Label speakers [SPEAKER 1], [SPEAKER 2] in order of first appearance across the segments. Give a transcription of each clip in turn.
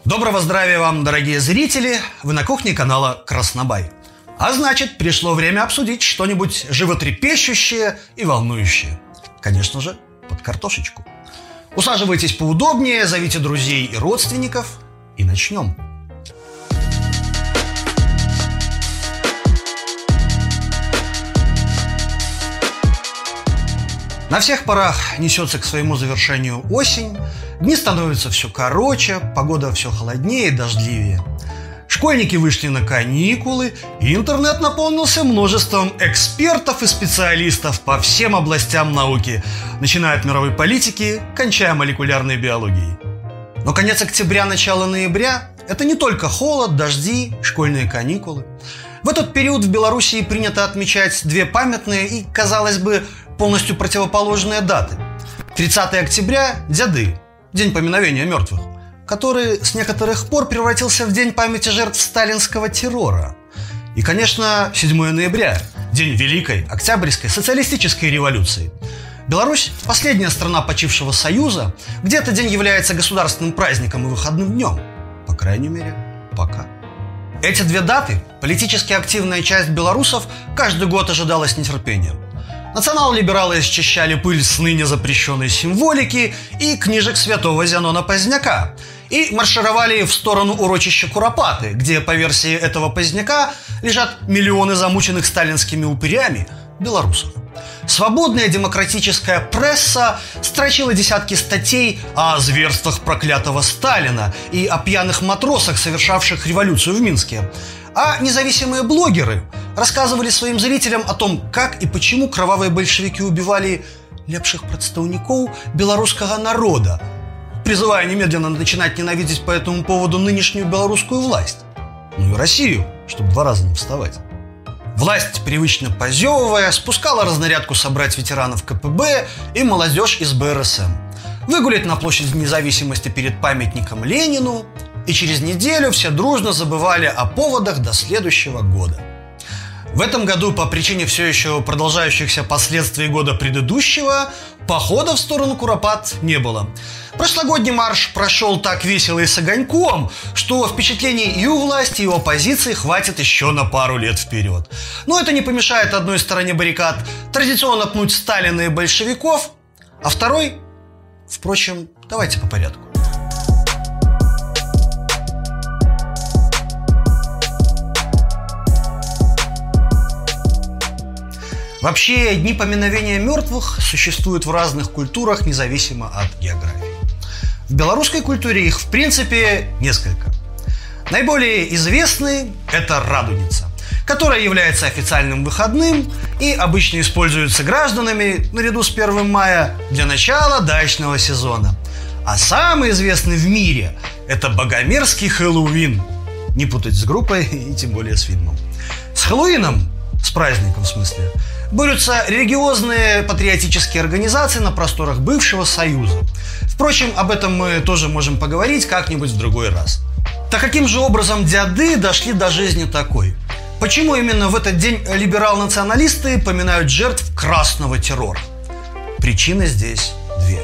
[SPEAKER 1] Доброго здравия вам, дорогие зрители! Вы на кухне канала Краснобай. А значит, пришло время обсудить что-нибудь животрепещущее и волнующее. Конечно же, под картошечку. Усаживайтесь поудобнее, зовите друзей и родственников, и начнем. На всех парах несется к своему завершению осень, дни становятся все короче, погода все холоднее и дождливее. Школьники вышли на каникулы, и интернет наполнился множеством экспертов и специалистов по всем областям науки, начиная от мировой политики, кончая молекулярной биологией. Но конец октября, начало ноября – это не только холод, дожди, школьные каникулы. В этот период в Белоруссии принято отмечать две памятные и, казалось бы, полностью противоположные даты. 30 октября – Дяды, день поминовения мертвых, который с некоторых пор превратился в день памяти жертв сталинского террора. И, конечно, 7 ноября – день Великой Октябрьской социалистической революции. Беларусь – последняя страна почившего Союза, где этот день является государственным праздником и выходным днем. По крайней мере, пока. Эти две даты политически активная часть белорусов каждый год ожидала с нетерпением. Национал-либералы счищали пыль с ныне запрещенной символики и книжек святого Зенона Поздняка и маршировали в сторону урочища Куропаты, где, по версии этого поздняка, лежат миллионы замученных сталинскими упырями белорусов. Свободная демократическая пресса строчила десятки статей о зверствах проклятого Сталина и о пьяных матросах, совершавших революцию в Минске. А независимые блогеры рассказывали своим зрителям о том, как и почему кровавые большевики убивали лепших представников белорусского народа, призывая немедленно начинать ненавидеть по этому поводу нынешнюю белорусскую власть. Ну и Россию, чтобы два раза не вставать. Власть, привычно позевывая, спускала разнарядку собрать ветеранов КПБ и молодежь из БРСМ, выгулять на площади Независимости перед памятником Ленину, и через неделю все дружно забывали о поводах до следующего года. В этом году, по причине все еще продолжающихся последствий года предыдущего, похода в сторону Куропат не было. Прошлогодний марш прошел так весело и с огоньком, что впечатлений и у власти, и у оппозиции хватит еще на пару лет вперед. Но это не помешает одной стороне баррикад традиционно пнуть Сталина и большевиков, а второй... Впрочем, давайте по порядку. Вообще, дни поминовения мертвых существуют в разных культурах, независимо от географии. В белорусской культуре их, в принципе, несколько. Наиболее известный – это Радуница, которая является официальным выходным и обычно используется гражданами, наряду с 1 мая, для начала дачного сезона. А самый известный в мире – это богомерзкий Хэллоуин. Не путать с группой и тем более с фильмом. С Хэллоуином, с праздником в смысле, борются религиозные патриотические организации на просторах бывшего Союза. Впрочем, об этом мы тоже можем поговорить как-нибудь в другой раз. Так каким же образом дяды дошли до жизни такой? Почему именно в этот день либерал-националисты поминают жертв красного террора? Причины здесь две.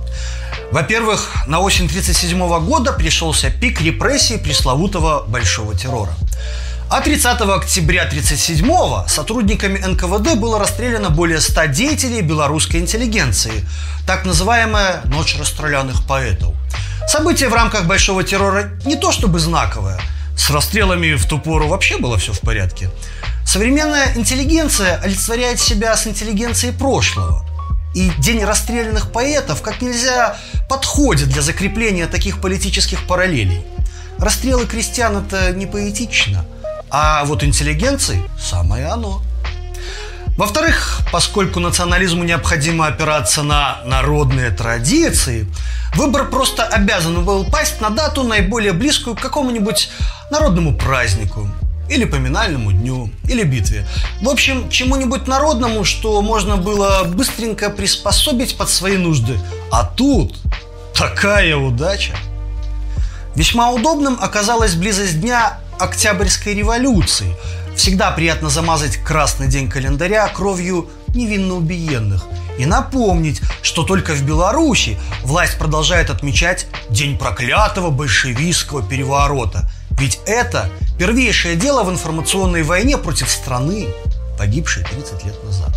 [SPEAKER 1] Во-первых, на осень 1937 года пришелся пик репрессий пресловутого Большого террора. А 30 октября 1937-го сотрудниками НКВД было расстреляно более 100 деятелей белорусской интеллигенции, так называемая «Ночь расстрелянных поэтов». Событие в рамках Большого террора не то чтобы знаковое, с расстрелами в ту пору вообще было все в порядке. Современная интеллигенция олицетворяет себя с интеллигенцией прошлого. И День расстрелянных поэтов как нельзя подходит для закрепления таких политических параллелей. Расстрелы крестьян – это не поэтично, а вот интеллигенции – самое оно. Во-вторых, поскольку национализму необходимо опираться на народные традиции, выбор просто обязан был пасть на дату, наиболее близкую к какому-нибудь народному празднику, или поминальному дню, или битве. В общем, чему-нибудь народному, что можно было быстренько приспособить под свои нужды. А тут такая удача! Весьма удобным оказалась близость дня Октябрьской революции. Всегда приятно замазать красный день календаря кровью невинно убиенных и напомнить, что только в Беларуси власть продолжает отмечать День проклятого большевистского переворота. Ведь это первейшее дело в информационной войне против страны, погибшей 30 лет назад.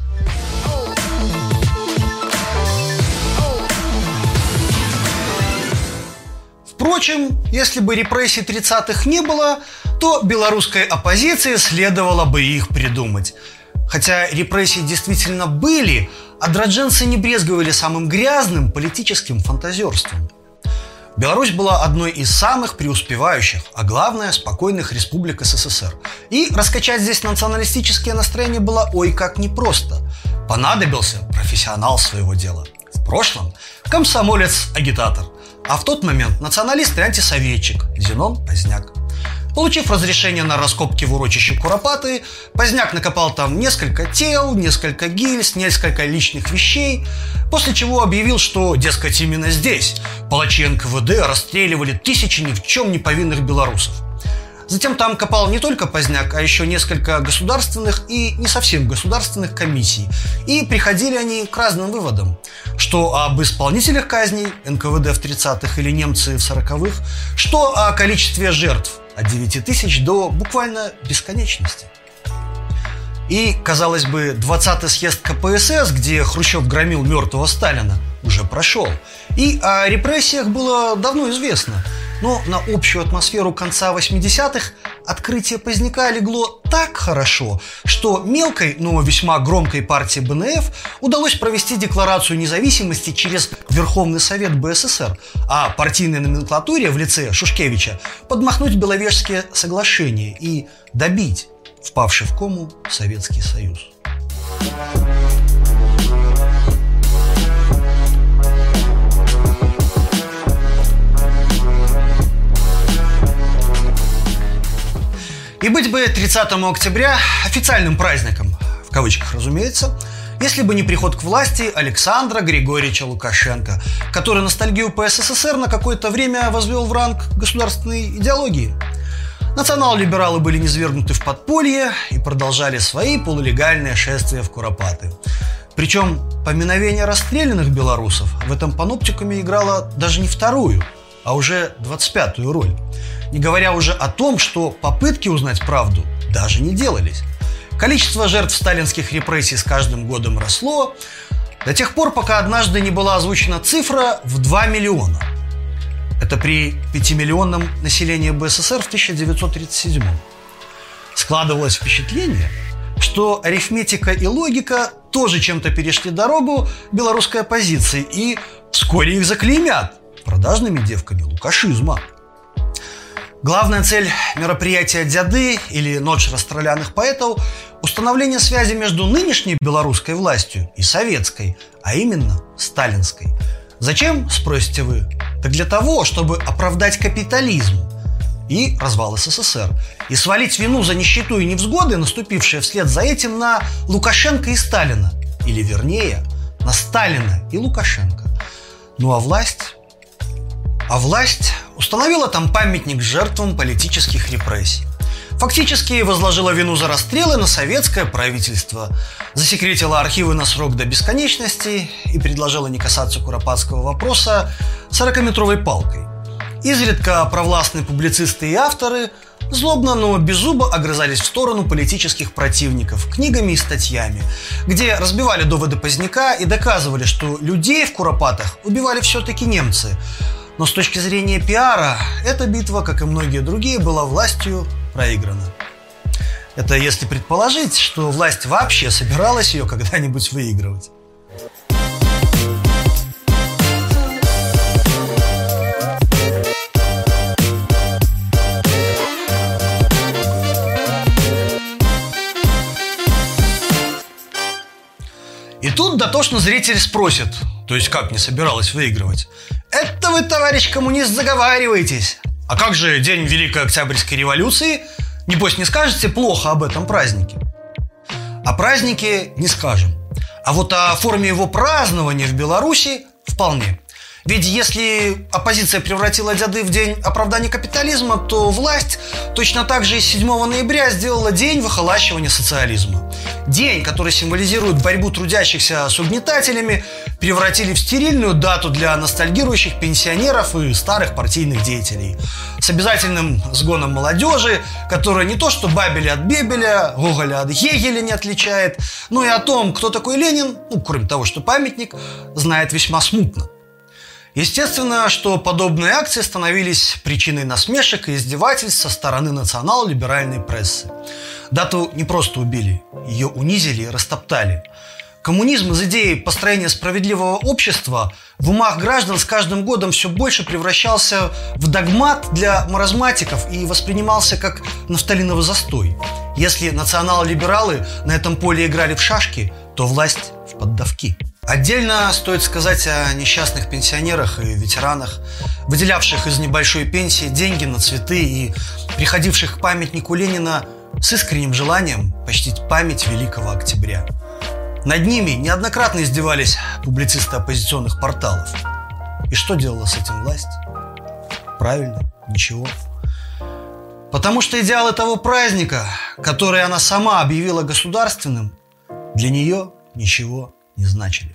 [SPEAKER 1] Впрочем, если бы репрессий 30-х не было, то белорусской оппозиции следовало бы их придумать. Хотя репрессии действительно были, адродженцы не брезговали самым грязным политическим фантазерством. Беларусь была одной из самых преуспевающих, а главное, спокойных республик СССР. И раскачать здесь националистические настроения было ой как непросто. Понадобился профессионал своего дела. В прошлом комсомолец-агитатор, а в тот момент националист и антисоветчик Зенон Поздняк. Получив разрешение на раскопки в урочище Куропаты, Поздняк накопал там несколько тел, несколько гильз, несколько личных вещей, после чего объявил, что, дескать, именно здесь палачи НКВД расстреливали тысячи ни в чем не повинных белорусов. Затем там копал не только Поздняк, а еще несколько государственных и не совсем государственных комиссий. И приходили они к разным выводам. Что об исполнителях казней НКВД в 30-х или немцы в 40-х, что о количестве жертв от 9 тысяч до буквально бесконечности. И, казалось бы, 20-й съезд КПСС, где Хрущев громил мертвого Сталина, уже прошел. И о репрессиях было давно известно. Но на общую атмосферу конца 80-х открытие Поздняка легло так хорошо, что мелкой, но весьма громкой партии БНФ удалось провести декларацию независимости через Верховный Совет БССР, а партийной номенклатуре в лице Шушкевича подмахнуть Беловежские соглашения и добить впавший в кому Советский Союз. И быть бы 30 октября официальным праздником, в кавычках, разумеется, если бы не приход к власти Александра Григорьевича Лукашенко, который ностальгию по СССР на какое-то время возвел в ранг государственной идеологии. Национал-либералы были низвергнуты в подполье и продолжали свои полулегальные шествия в Куропаты. Причем поминовение расстрелянных белорусов в этом паноптикуме играло даже не вторую, а уже 25-ю роль. Не говоря уже о том, что попытки узнать правду даже не делались. Количество жертв сталинских репрессий с каждым годом росло, до тех пор, пока однажды не была озвучена цифра в 2 миллиона. Это при 5-миллионном населении БССР в 1937. Складывалось впечатление, что арифметика и логика тоже чем-то перешли дорогу белорусской оппозиции, и вскоре их заклеймят продажными девками лукашизма. Главная цель мероприятия «Дяды» или «Ночь расстрелянных поэтов» – установление связи между нынешней белорусской властью и советской, а именно сталинской. Зачем, спросите вы? Так для того, чтобы оправдать капитализм и развал СССР, и свалить вину за нищету и невзгоды, наступившие вслед за этим, на Лукашенко и Сталина, или вернее, на Сталина и Лукашенко. Ну а власть установила там памятник жертвам политических репрессий. Фактически возложила вину за расстрелы на советское правительство, засекретила архивы на срок до бесконечности и предложила не касаться куропатского вопроса 40-метровой палкой. Изредка провластные публицисты и авторы злобно, но беззубо огрызались в сторону политических противников книгами и статьями, где разбивали доводы Поздняка и доказывали, что людей в Куропатах убивали все-таки немцы. Но с точки зрения пиара, эта битва, как и многие другие, была властью проиграна. Это если предположить, что власть вообще собиралась ее когда-нибудь выигрывать. И тут дотошно зритель спросит, то есть как не собиралась выигрывать: это вы, товарищ коммунист, заговариваетесь? А как же День Великой Октябрьской революции? Небось, не скажете плохо об этом празднике? О празднике не скажем. А вот о форме его празднования в Беларуси вполне. Ведь если оппозиция превратила дяды в день оправдания капитализма, то власть точно так же и 7 ноября сделала день выхолащивания социализма. День, который символизирует борьбу трудящихся с угнетателями, превратили в стерильную дату для ностальгирующих пенсионеров и старых партийных деятелей. С обязательным сгоном молодежи, которая не то что Бабеля от Бебеля, Гоголя от Гегеля не отличает, но и о том, кто такой Ленин, кроме того, что памятник, знает весьма смутно. Естественно, что подобные акции становились причиной насмешек и издевательств со стороны национал-либеральной прессы. Дату не просто убили, ее унизили и растоптали. Коммунизм из идеи построения справедливого общества в умах граждан с каждым годом все больше превращался в догмат для маразматиков и воспринимался как нафталиновый застой. Если национал-либералы на этом поле играли в шашки, то власть в поддавки. Отдельно стоит сказать о несчастных пенсионерах и ветеранах, выделявших из небольшой пенсии деньги на цветы и приходивших к памятнику Ленина с искренним желанием почтить память Великого Октября. Над ними неоднократно издевались публицисты оппозиционных порталов. И что делала с этим власть? Правильно, ничего. Потому что идеалы того праздника, который она сама объявила государственным, для нее ничего не значили.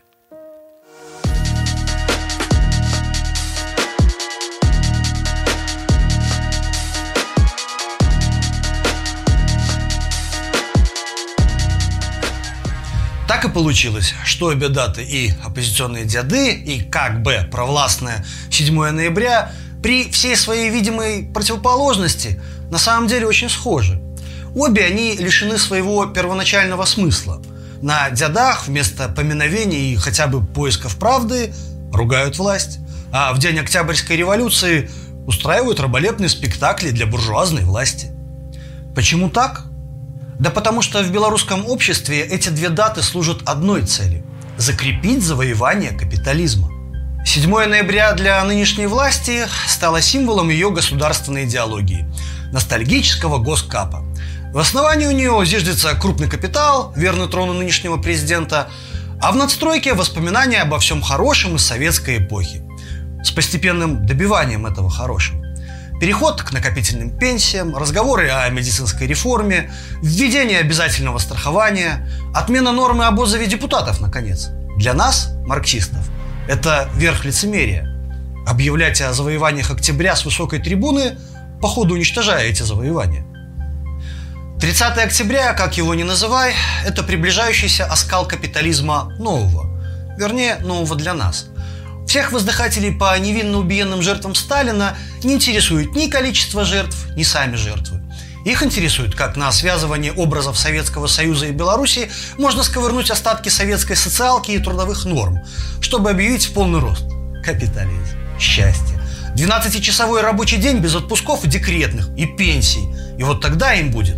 [SPEAKER 1] Так и получилось, что обе даты, и оппозиционные дяды, и как бы провластное 7 ноября, при всей своей видимой противоположности на самом деле очень схожи. Обе они лишены своего первоначального смысла. На дядах вместо поминовений и хотя бы поисков правды ругают власть, а в день Октябрьской революции устраивают раболепные спектакли для буржуазной власти. Почему так? Да потому что в белорусском обществе эти две даты служат одной цели – закрепить завоевание капитализма. 7 ноября для нынешней власти стало символом ее государственной идеологии – ностальгического госкапа. В основании у нее зиждется крупный капитал, верный трону нынешнего президента, а в надстройке воспоминания обо всем хорошем из советской эпохи, с постепенным добиванием этого хорошего. Переход к накопительным пенсиям, разговоры о медицинской реформе, введение обязательного страхования, отмена нормы об отзыве депутатов, наконец. Для нас, марксистов, это верх лицемерия. Объявлять о завоеваниях октября с высокой трибуны, по ходу уничтожая эти завоевания. 30 октября, как его ни называй, это приближающийся оскал капитализма нового. Вернее, нового для нас. Всех воздыхателей по невинно убиенным жертвам Сталина не интересует ни количество жертв, ни сами жертвы. Их интересует, как на связывание образов Советского Союза и Беларуси можно сковырнуть остатки советской социалки и трудовых норм, чтобы объявить в полный рост капитализм, счастье, 12-часовой рабочий день без отпусков и декретных, и пенсий. И вот тогда им будет.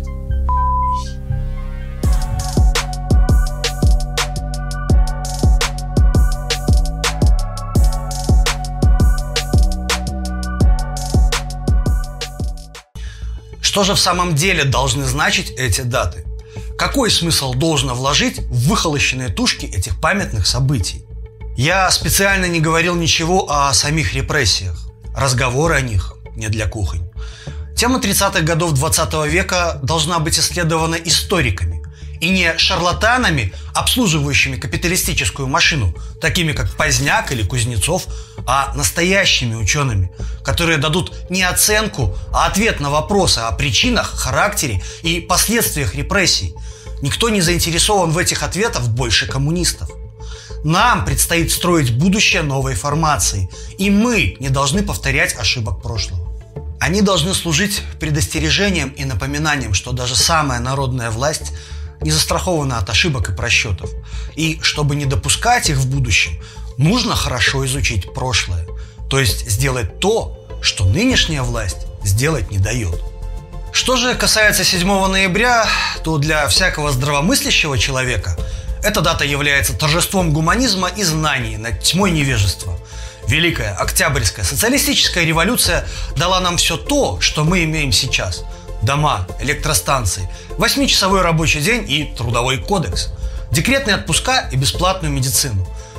[SPEAKER 1] Что же в самом деле должны значить эти даты? Какой смысл должно вложить в выхолощенные тушки этих памятных событий? Я специально не говорил ничего о самих репрессиях. Разговоры о них не для кухонь. Тема 30-х годов 20 века должна быть исследована историками. И не шарлатанами, обслуживающими капиталистическую машину, такими как Поздняк или Кузнецов, а настоящими учеными, которые дадут не оценку, а ответ на вопросы о причинах, характере и последствиях репрессий. Никто не заинтересован в этих ответах больше коммунистов. Нам предстоит строить будущее новой формации, и мы не должны повторять ошибок прошлого. Они должны служить предостережением и напоминанием, что даже самая народная власть не застрахована от ошибок и просчетов. И чтобы не допускать их в будущем, нужно хорошо изучить прошлое. То есть сделать то, что нынешняя власть сделать не дает. Что же касается 7 ноября, то для всякого здравомыслящего человека эта дата является торжеством гуманизма и знаний над тьмой невежества. Великая Октябрьская социалистическая революция дала нам все то, что мы имеем сейчас. Дома, электростанции, 8-часовой рабочий день и трудовой кодекс, декретные отпуска и бесплатную медицину.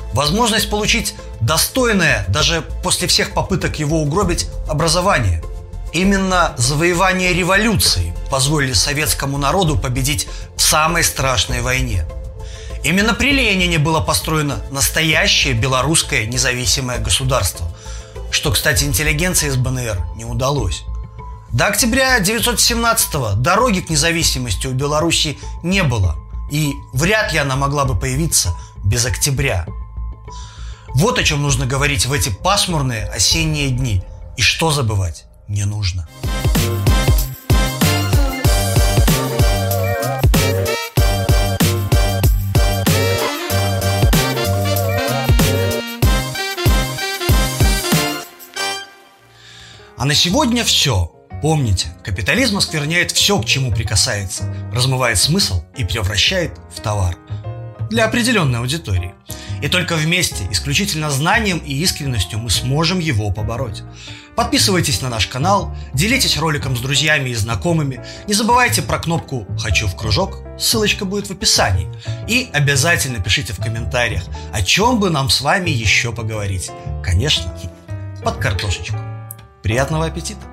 [SPEAKER 1] возможность получить достойное, даже после всех попыток его угробить, образование. Именно завоевание революции позволили советскому народу победить в самой страшной войне. Именно при Ленине было построено настоящее белорусское независимое государство, что, кстати, интеллигенции из БНР не удалось. До октября 1917-го дороги к независимости у Беларуси не было, и вряд ли она могла бы появиться без октября. Вот о чем нужно говорить в эти пасмурные осенние дни, и что забывать не нужно. А на сегодня все. Помните, капитализм оскверняет все, к чему прикасается, размывает смысл и превращает в товар. Для определенной аудитории. И только вместе, исключительно знанием и искренностью, мы сможем его побороть. Подписывайтесь на наш канал, делитесь роликом с друзьями и знакомыми, не забывайте про кнопку «Хочу в кружок», ссылочка будет в описании. И обязательно пишите в комментариях, о чем бы нам с вами еще поговорить. Конечно, под картошечку. Приятного аппетита!